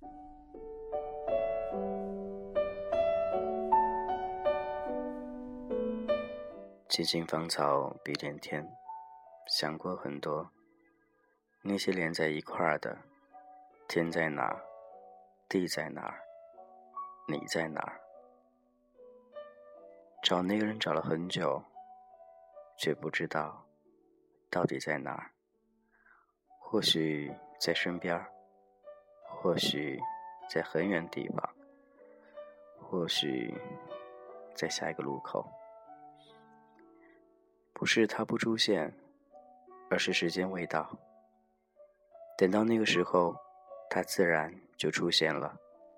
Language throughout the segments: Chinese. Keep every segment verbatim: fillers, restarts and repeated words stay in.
几经芳草碧连天，想过很多，那些连在一块儿的，天在哪儿，地在哪儿，你在哪儿？找那个人找了很久，却不知道到底在哪儿。或许在身边，或许在很远地方，或许在下一个路口。不是他不出现，而是时间未到。等到那个时候，他自然就出现了。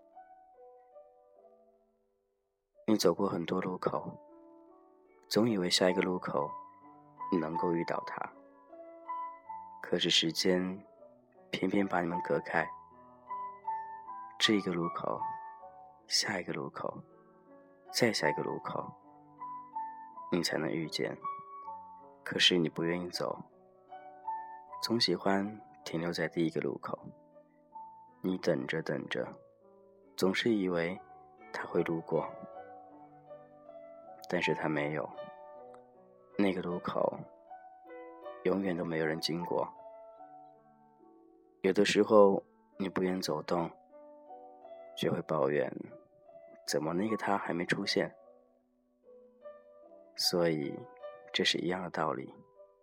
你走过很多路口，总以为下一个路口你能够遇到他，可是时间偏偏把你们隔开。这一个路口，下一个路口，再下一个路口，你才能遇见。可是你不愿意走，总喜欢停留在第一个路口。你等着等着，总是以为他会路过，但是他没有。那个路口永远都没有人经过。有的时候你不愿走动，却会抱怨怎么那个他还没出现。所以这是一样的道理。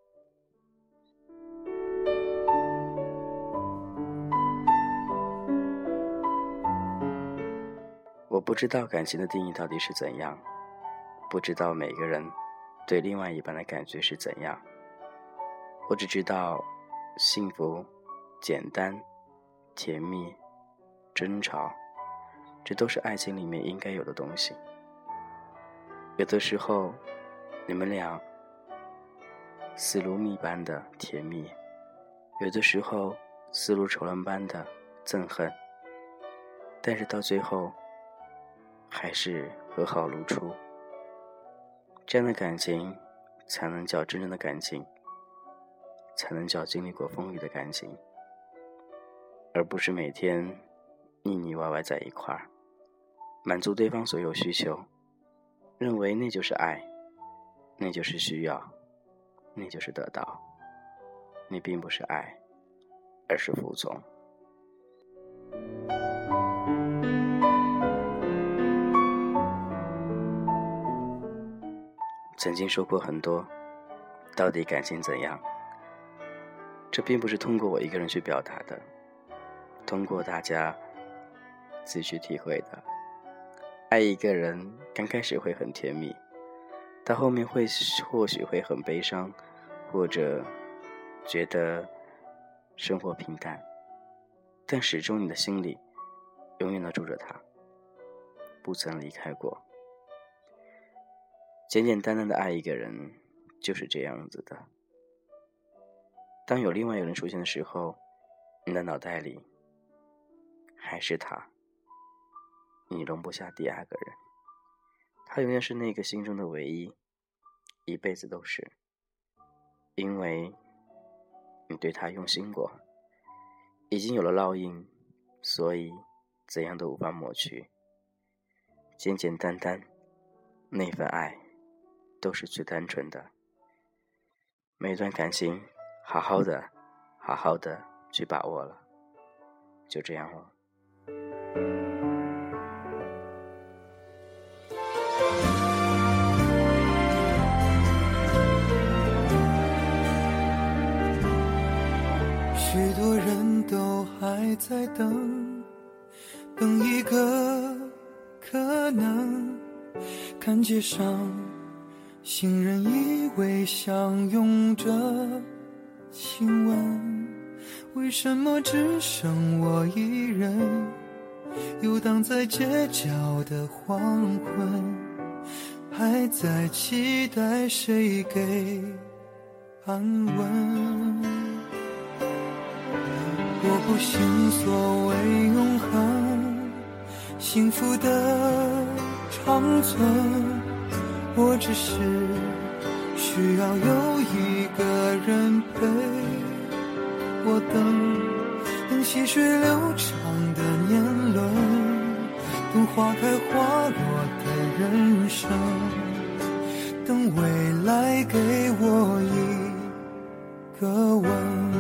我不知道感情的定义到底是怎样，不知道每个人对另外一半的感觉是怎样。我只知道幸福、简单、甜蜜、争吵，这都是爱情里面应该有的东西。有的时候你们俩丝如蜜般的甜蜜，有的时候丝如绸纶般的憎恨，但是到最后还是和好如初。这样的感情才能叫真正的感情，才能叫经历过风雨的感情，而不是每天腻腻歪歪在一块儿，满足对方所有需求，认为那就是爱，那就是需要，那就是得到。你并不是爱，而是服从。曾经说过很多，到底感情怎样？这并不是通过我一个人去表达的，通过大家自己去体会的。爱一个人刚开始会很甜蜜，到后面会或许会很悲伤，或者觉得生活平淡，但始终你的心里永远都住着他，不曾离开过。简简单单的爱一个人就是这样子的。当有另外一个人出现的时候，你的脑袋里还是他，你容不下第二个人。他永远是那个心中的唯一，一辈子都是。因为你对他用心过，已经有了烙印，所以怎样都无法抹去。简简单单，那份爱都是最单纯的。每一段感情好好的好好的去把握了，就这样了。 许多人都还在等，等一个可能。看街上行人依偎相拥着亲吻，为什么只剩我一人游荡在街角的黄昏，还在期待谁给安稳。我不信所谓永恒，幸福的长存，我只是需要有一个人陪我等，等细水流长的年花开花落的人生，等未来给我一个吻。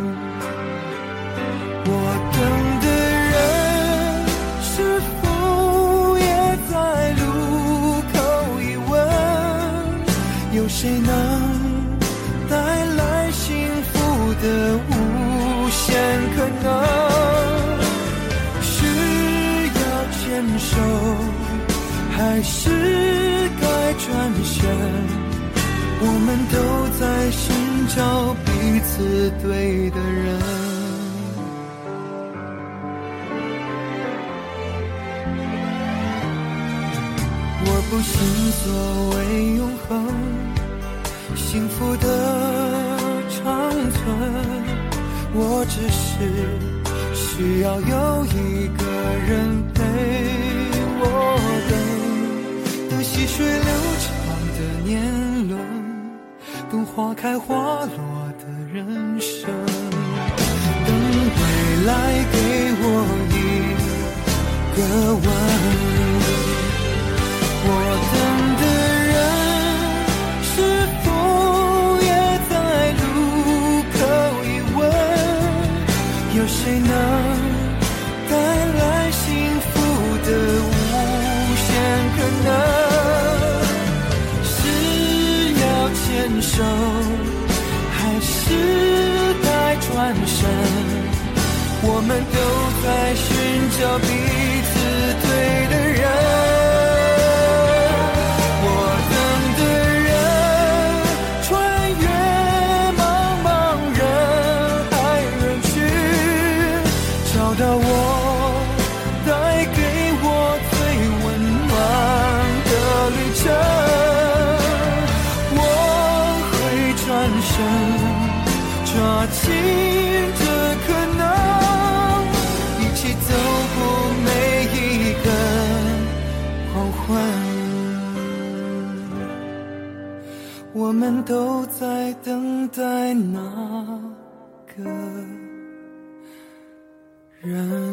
我等的人是否也在路口一问，有谁能带来幸福的无限可能？牵手还是该转身，我们都在寻找彼此对的人。我不信所谓永恒，幸福的长存，我只是需要有一个人陪我等，等细水流长的年轮，等花开花落的人生，等未来给我一个吻。我等的人是否也在路口一问，有谁能带来幸福的无限可能？是要牵手还是该转身？我们都在寻找彼此对的人。我等的人穿越茫茫人海人群，找到我带给我最温暖的旅程。我会转身抓紧这可能，一起走过每一个黄昏。我们都在等待那个人。